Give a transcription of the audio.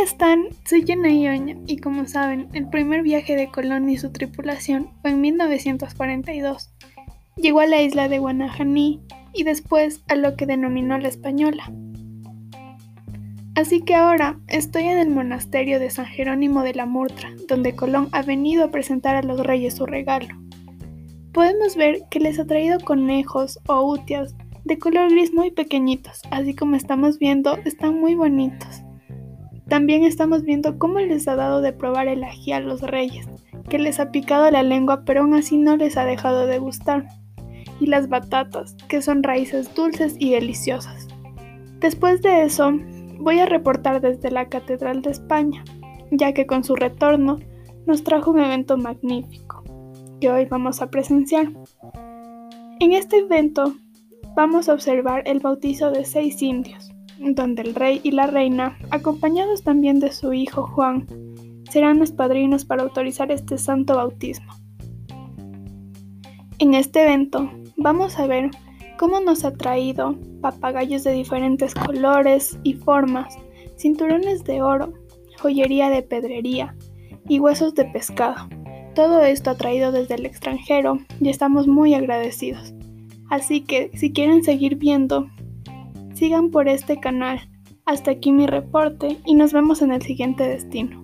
están? Soy Jenna Ioña y como saben, el primer viaje de Colón y su tripulación fue en 1942. Llegó a la isla de Guanajaní y después a lo que denominó la Española. Así que ahora estoy en el monasterio de San Jerónimo de la Murtra, donde Colón ha venido a presentar a los reyes su regalo. Podemos ver que les ha traído conejos o utias de color gris muy pequeñitos, así como estamos viendo, están muy bonitos. También estamos viendo cómo les ha dado de probar el ají a los reyes, que les ha picado la lengua pero aún así no les ha dejado de gustar. Y las batatas, que son raíces dulces y deliciosas. Después de eso, voy a reportar desde la Catedral de España, ya que con su retorno nos trajo un evento magnífico, que hoy vamos a presenciar. En este evento vamos a observar el bautizo de 6 indios, donde el rey y la reina, acompañados también de su hijo Juan, serán los padrinos para autorizar este santo bautismo. En este evento vamos a ver cómo nos ha traído papagayos de diferentes colores y formas, cinturones de oro, joyería de pedrería y huesos de pescado. Todo esto ha traído desde el extranjero y estamos muy agradecidos. Así que si quieren seguir viendo, sigan por este canal. Hasta aquí mi reporte y nos vemos en el siguiente destino.